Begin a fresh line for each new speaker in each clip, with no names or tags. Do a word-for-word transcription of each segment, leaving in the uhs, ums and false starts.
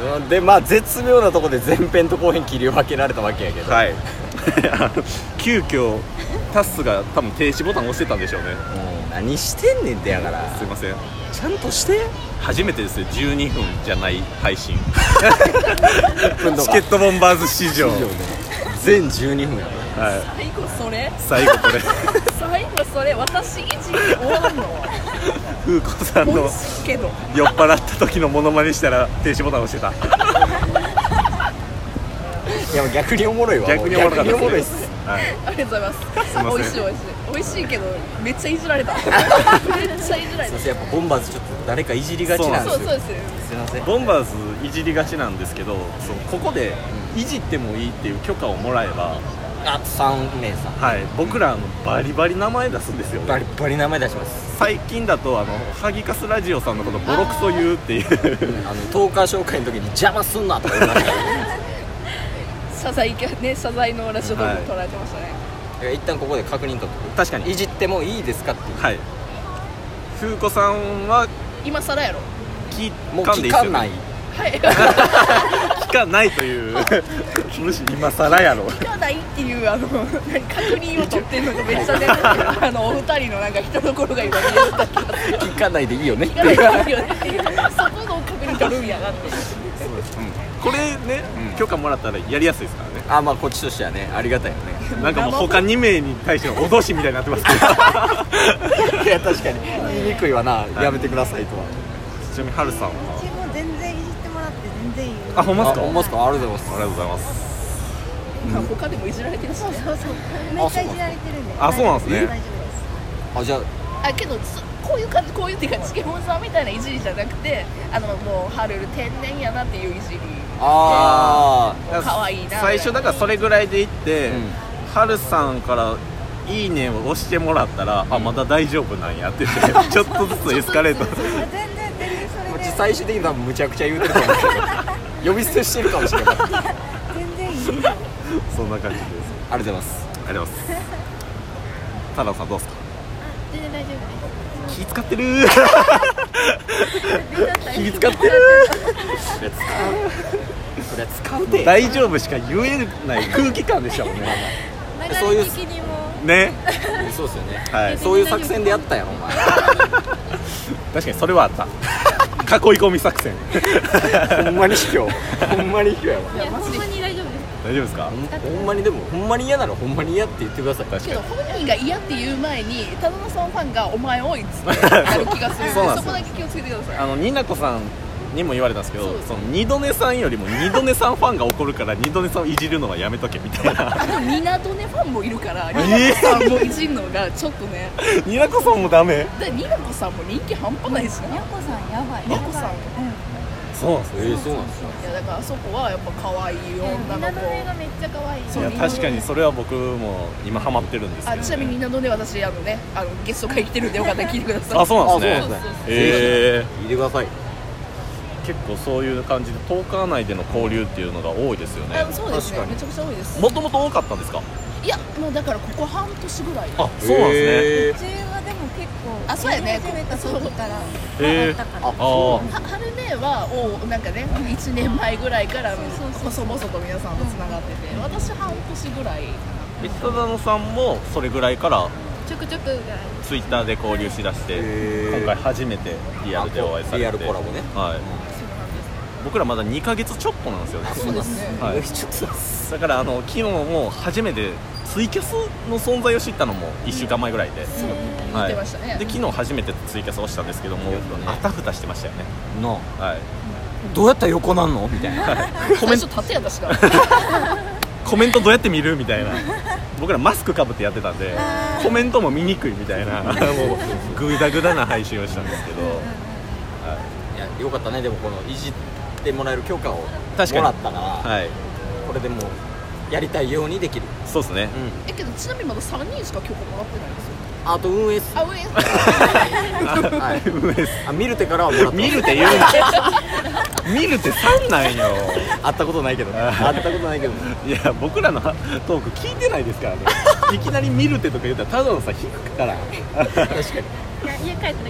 でまあ絶妙なところで前編と後編切り分けられたわけやけど、
はい急遽タスが多分停止ボタン押してたんでしょうね。
もう何してんねんってやから
すいません、
ちゃんとして
初めてですよじゅうにふんじゃない配信
チ
チケットボンバーズ史上
全じゅうにふんやから、
はい、
最後それ
最後これ
最後それ私いじって終わんの
風子さんの
美味しいけど
酔っ払った時のモノマネしたら停止ボタン押してた
いや逆におもろいわ。
逆におもろかったですね。
逆におもろいっす。
はい、
ありがとうございます。
すいません。
美味しい美味しい美味しいけどめっちゃいじられためっちゃいじられた。
そうそう、やっぱボンバーズちょっと誰かいじりがちなんですよ。
そうそうですよ。
すいません。
ボンバーズいじりがちなんですけど、そうここでいじってもいいっていう許可をもらえば、
あ、さん名さん、
はい、僕らあのバリバリ名前出すんですよ、ね、
バリバリ名前出します。
最近だとあのハギカスラジオさんのことボロクソ言うっていう
あのトーカー紹介の時に邪魔すんなとか言いました
謝罪ね、謝罪のラジオ動画撮られてましたね、
はい、一旦ここで確認と
確かに
いじってもいいですかっていう。
はい、風子さんは
今更やろ
聞
もう
かんでいいですよ、ね、
聞かない
はい
聞かないというむしろ今更やろ
聞かないっていうあの何確認を取ってるのがめっちゃねあのお二人のなんか人の心が今見えた気がする
聞かないでいいよねって
聞かない
いう。
でいいよねっていうそこの確認取るんやなって
これね、うん、許可もらったらやりやすいですからね。
あ、まあこっちとしてはね、ありがたいよね。
なんかもう他に名に対しての脅しみたいになってますけど
いや確かに言いにくいわな、やめてくださいとは。
ちなみにハルさんは
うちも全然いじってもらって全然いいよ。
あ、ほんまっすか。
ほんまっすか。ありがとうございます。
ありがとうございます。
まあ他でもいじられてるし、ね、
そうそうそう。めっちゃいじられてるんで。
あ、そうなんですね。
大丈夫です。
あ、じゃあ
あけどこういう感じ、こういうっていうかチケモンさんみたいないじりじゃなくて、あのもうハルル天然やなっていういじり、
あ
あかわいいな
最初だからそれぐらいでいって、
うん、
ハルさんからいいねを押してもらったら、あ、まだ大丈夫なんやって言ってちょっとずつエスカレート
全然全然それで。
最終的に多分むちゃくちゃ言うてると思うけど呼び捨てしてるかもしれない。
全然いいよ。
そんな感じです。
ありがとうございます。
ありがとうございます。太郎さんどうですか。
全然大丈夫です。
気使ってる
気使ってるそれ使うそれ使うて
大丈夫しか言えない空気感でしたもんね
流れ的にも
ね。
そうですよね、
はい、
そういう作戦でやったやろお前。
確かにそれはあった囲い込み作戦
ほんまに卑怯ほんまに卑怯やわ。
いやほんまに大丈夫です。
大丈夫ですか。
ほんまにでもほんまに嫌ならほんまに嫌って言ってください。
確かに
けど本人が嫌って言う前に田野さんファンがお前多いっつってなる気がする
そうなんですよ
そこだけ気をつけてください。
あのニナコさんにも言われたんですけど、
そう
その二度寝さんよりも二度寝さんファンが怒るから二度寝さんをいじるのはやめとけみたいな
あとニナドネファンもいるからニナコさんもいじるのがちょっとね
ニナコさんもダメ。
でニナコさんも人気半端ないしな。
にゃこさんやばい。
にゃこさん
そうなんですね。
えー、そうなんですよ。
いやだからあそこはやっぱ可愛い女の
みんなの目が
子。
めっちゃ可愛い。
そう
いや確かにそれは僕も今ハマってるんですけど、ね、
あちなみにニナドネ私あのねあのゲスト会来てるんでよかったら聞いてください。
あ、そうなんですね。
あそうなんですね
え
聞いてください。
ー、結構そういう感じでトーカー内での交流っていうのが多いですよね。
あそうですね
確かに
めちゃくちゃ多いです。
もともと多かったんですか。
いやもうだからここ半年ぐらい。
あ、そうなんですね。
うちはでも結構
あそうやね
始めた時から
えー
あったから。
ああ
は春姉はおなんかねいちねんまえぐらいから細々と皆さんとつながってて、私半年ぐらい
え田野さんもそれぐらいから
ちょくちょくぐらい。
ツイッターで交流しだして、
へー
今回初めてリアルでお会いされて、
リアルコラボね。
はい、僕らまだにかげつちょっとなんですよね。
そうですね。
はい、
ちょっと
だからあの昨日も初めてツイキャスの存在を知ったのもいっしゅうかんまえぐらいで、
そう言
はい
ってましたね。
で昨日初めてツイキャスをしたんですけども、
ね
あたふたしてましたよね。
の
はい、
どうやったら横なんのみたいな。
コメン
最初縦やったしか
コメントどうやって見るみたいな僕らマスクかぶってやってたんでコメントも見にくいみたいなもうグダグダな配信をしたんですけど、はい
やよかったね。でもこのいじってもらえる許可をも
確かに
らったから、
はい、
これでもうやりたいようにできる。
そうですね。
うん。
えけどちなみにまださんにんしか許可もらってないんですよ。
あと運営っす。
あ、上
はい。
運営っす
あ、見る手からはもらった。
見るって言うな見るってさんなんよ。
会ったことないけど。会ったことないけど。
いや僕らのトーク聞いてないですからねいきなり見るってとか言ったらただのさ引くから
確かに。
いや家帰ったら聞きます。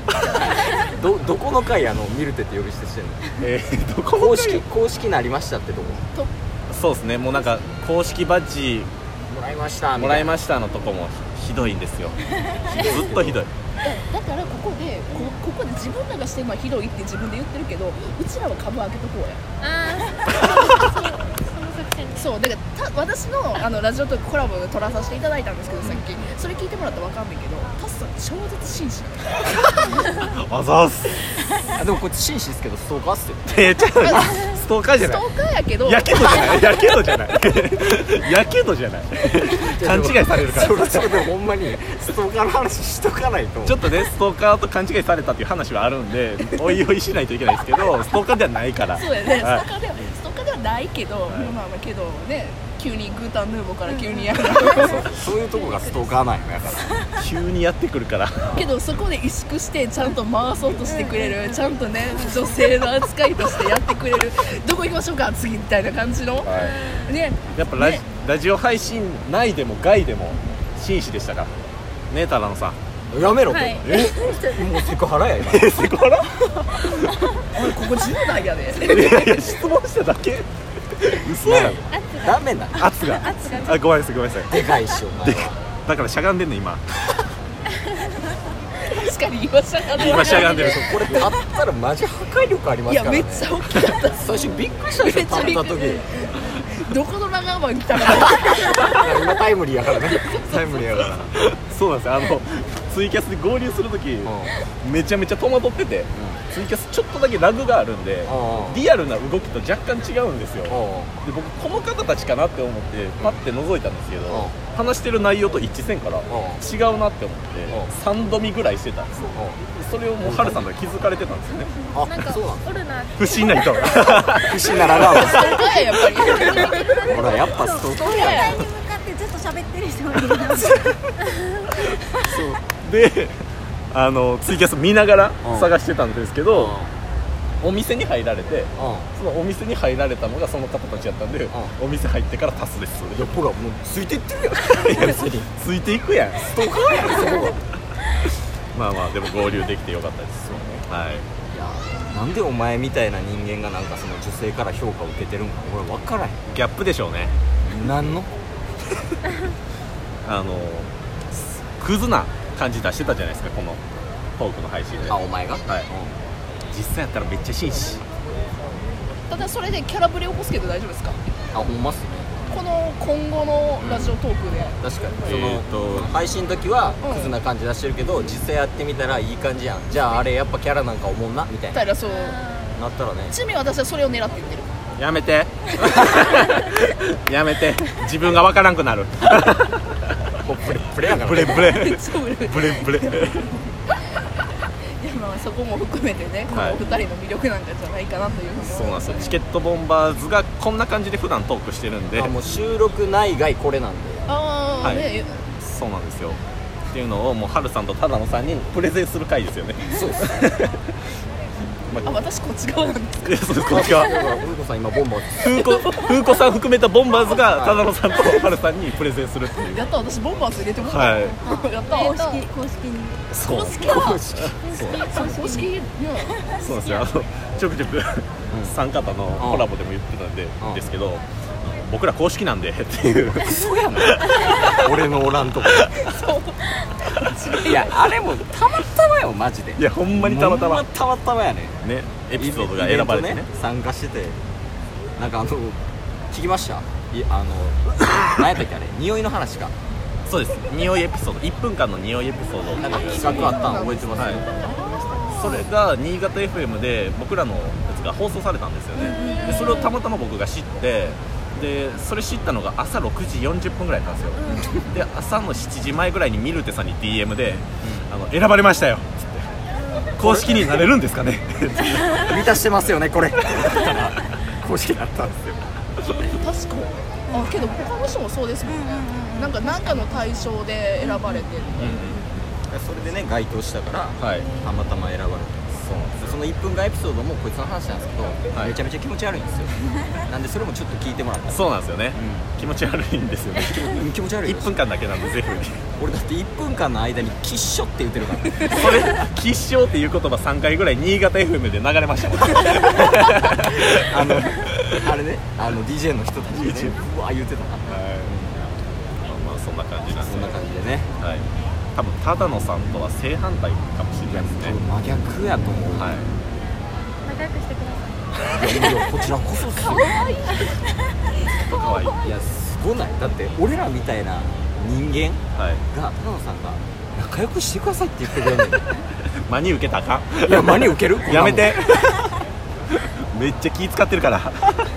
どどこの回あのミルテって呼び捨てしてんの？
えー、どこの
公式公式なりましたってとこ
そうですね、もうなんか公式バッジ
もらいました
もらい
ま
ましたのとこもひどいんですよずっとひどい。
だからここでこここで自分らがしてまあひどいって自分で言ってるけど、うちらは株開けとこうや。
ああ、その作戦。
そうだからた私のあのラジオとコラボで撮らさせていただいたんですけど、さっきそれ聞いてもらったら分かんないけど、タスさん超絶紳士。
あざーす
あでもこっち紳士ですけどストーカーっすよ。
えー、ちゃうストーカーじゃない
ストーカーやけど
やけどじゃないやけどじゃないやけどじゃない勘違いされるから
それそれでほんまにストーカーの話しとかないと。
ちょっとねストーカーと勘違いされたっていう話はあるんでおいおいしないといけないですけどストーカーではないから。
そうやね、
はい
ストーカーではストーカーではないけど、
い
まあまあけどね、急にグータンヌーボーから急にやる
そういうとこがストーカーなんよやから
急にやってくるから
けどそこで萎縮してちゃんと回そうとしてくれる、ちゃんとね女性の扱いとしてやってくれるどこ行きましょうか次みたいな感じの、
は
ね
やっぱラジ,、
ね
ラジオ配信内でも外でも紳士でしたかね、タラノさん。
やめろと、
はい
えもうセクハラや今
えセクハラ
俺ここじゅう代やで
いやいや質問しただけ嘘やん。
ダメな
圧があごめんなさいごめんなさい
でかいっしょお前は
だからしゃがんでんね今
確かに今しゃがんでる
今しゃがんでる
これ立ったらマジ破壊力ありますから、ね、
いやめっちゃ大きかった
最初びっくりしたでしょ立った時
どこのラガーマン来たか
今タイムリーやからねタイムリーやから
そうなんですよ、あのツイキャスで合流するとき、めちゃめちゃ戸惑ってて、ツイキャスちょっとだけラグがあるんで、リアルな動きと若干違うんですよ。で僕この方たちかなって思ってパッて覗いたんですけど、話してる内容と一致せんから違うなって思ってさんど見ぐらいしてたんですよ。それをもうハルさんが気づかれてたんですよね。
あ
なんか
そうなん
おるな。
不審な人が
不審なラガーマン
ストーカーややっぱり
ほらやっぱストーカーや
携帯に向かってずっと喋ってる人もいるな。
であのツイキャス見ながら探してたんですけど、お店に入られて、そのお店に入られたのがその方たちやったんで、お店入ってからタスです。
いやほらもうついていってるやん別に
ついていくやん。
ストーカーやんそこが
まあまあでも合流できてよかったですよね。はい。
いやなんでお前みたいな人間がなんかその女性から評価を受けてるんか俺分からへ
ギャップでしょうね。
んなんの
あのクズな感じ出してたじゃないですか、このトークの配信で。
あお前が
はい、実際やったらめっちゃ紳士。
ただそれでキャラブレ起こすけど大丈夫ですか？
あほんまっすね
この今後のラジオトークで、
確かにその、
えーと
配信の時は
うん
クズな感じ出してるけど、実際やってみたらいい感じやん、じゃああれやっぱキャラなんか思んなみたいな
たらそう
なったらね
ちなみに私はそれを狙って言ってる。
やめてやめて自分がわからんくなる
もうブレブレやから
ブレブレ
めっちゃ売れる
ブレブレ
いやまあそこも含めてね、このお二人の魅力なんかじゃないかなというふうに
そうなんですよ。チ
チ
ケットボンバーズがこんな感じで普段トークしてるんで、
あもう収録内外これなんで
ああ、
はい
ね
そうなんですよっていうのをもうハルさんとタダノさんにプレゼンする回ですよね。
そうです
ま
あ私こっち側なんです
いやそうですこっちが
だから古子さん今ボンバー
風子風子さん含めたボンバーズがタダノさんとハルさんにプレゼンするっていう。
やった私ボンバーズ入れてもらった、
はい
やった
公式公式に。
そう
公式か
公式
そう公式ね
そうなんですよ。あのちょくちょく三方のコラボでも言ってたんで、
うん
ですけど僕ら公式なんでっていう
そうやな俺のおらんとこいやあれもたまたまよマジで
いやほんまにたまたま
ほんたまたまやね
ねエピソードが選ばれてね
イベント参加しててなんかあの聞きましたいあの何やったっけあれ匂いの話か
そうです。匂いエピソードいっぷんかんの匂いエピソード
なんか企画あったの覚えてます、
はいそれが新潟 エフエム で僕らのやつが放送されたんですよね。でそれをたまたま僕が知ってでそれ知ったのが朝ろくじよんじゅっぷんぐらいだったんですよ。で朝のしちじまえぐらいにミルテさんに ディーエム で、あの選ばれましたよつって公式になれるんですかね
満たしてますよねこれ公式だったんですよ
確かあけど他の人もそうですもんね、なんか何かの対象で選ばれてる、
それでね該当したから
はい
たまたま選ばれてますそうなんですよ。そのいっぷんかんエピソードもこいつの話なんですけど、
はい
めちゃめちゃ気持ち悪いんですよ。なんでそれもちょっと聞いてもらったら。
そうなんですよね、気持ち悪いんですよね
うん気持ち悪いよ
いっぷんかんだけなんでぜひ
俺だっていっぷんかんの間に「きっしょ」って言ってるからね
それ「吉祥」っていう言葉さんかいぐらい新潟 エフエム で流れましたもん
あのあれね、あの ディージェー の人たちがね
ディージェー
うわ言ってたな。
はいまあまあそんな感じなんです
そんな感じでね、
はい多分只野さんとは正反対かもしれないですね
真逆やと思う。
はい
仲良くしてください。
いやいやこちらこそっすよ。
かわいい
いやすごない。だって俺らみたいな人間
はい
が只野さんが仲良くしてくださいって言ってくれるのに
真に受けたか
いや真に受ける
やめてめっちゃ気使ってるからはい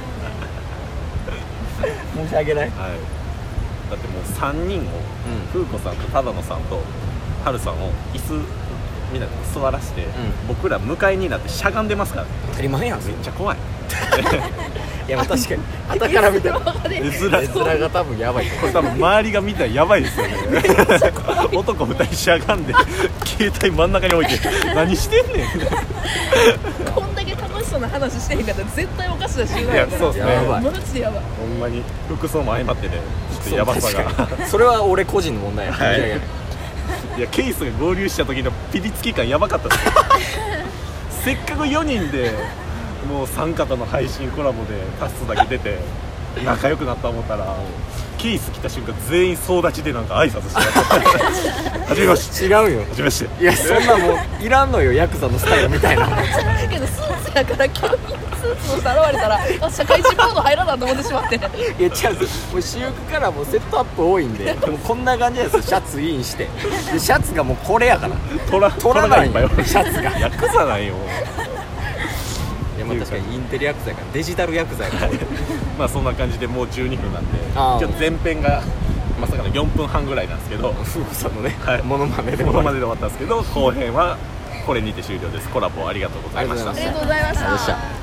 申し訳ない。
だってもうさんにんを風子さんと只野さんと春さんを椅子みんなで座らせて、僕ら向かいになってしゃがんでますからね
当たり前やん。
めっちゃ怖い
いやまあ確かに傍から見たら
絵面
絵面が多分やばい。
これ多分周りが見たらやばいですよね男ふたりしゃがんで携帯真ん中に置いて何してんねん
こんだけ楽しそうな話してへんかったら絶対おかしな集団
いやそうですね
やばい
マジでやばい。
ほんまに服装も相まってねちょっとやばさが
確かにそれは俺個人の問題や。
はい
いやいや
いやケイスが合流した時のピリつき感やばかったですせっかくよにんでもう三方の配信コラボでタスだけ出て仲良くなった思ったらケース来た瞬間全員総立ちでなんか挨拶してはじめまして
違うよ。
はじめまして
いやそんなもういらんのよヤクザのスタイルみたいな。
けどスーツやから急にスーツの人現れたらあ社会人モード入らなと思ってしまって
いや違うんですよ。もう私服からもうセットアップ多いんでもうこんな感じなんですよ。シャツインしてでシャツがもうこれやから
トラ
取らない
トラがいっぱいおる
シャツが。
ヤクザなんよ
いやまあ確かにインテリヤクザやからデジタルヤクザやから
まあそんな感じでもうじゅうにふんなんで
あー
今日前編がまさかのよんぷんはんぐらいなんですけど
風子さんのね、
はい
モノマネで
ここまでで終わったんですけど後編はこれにて終了です。コラボありがとうございました
ありがとうございま
ありがとうございまし
ありがとうございました
た。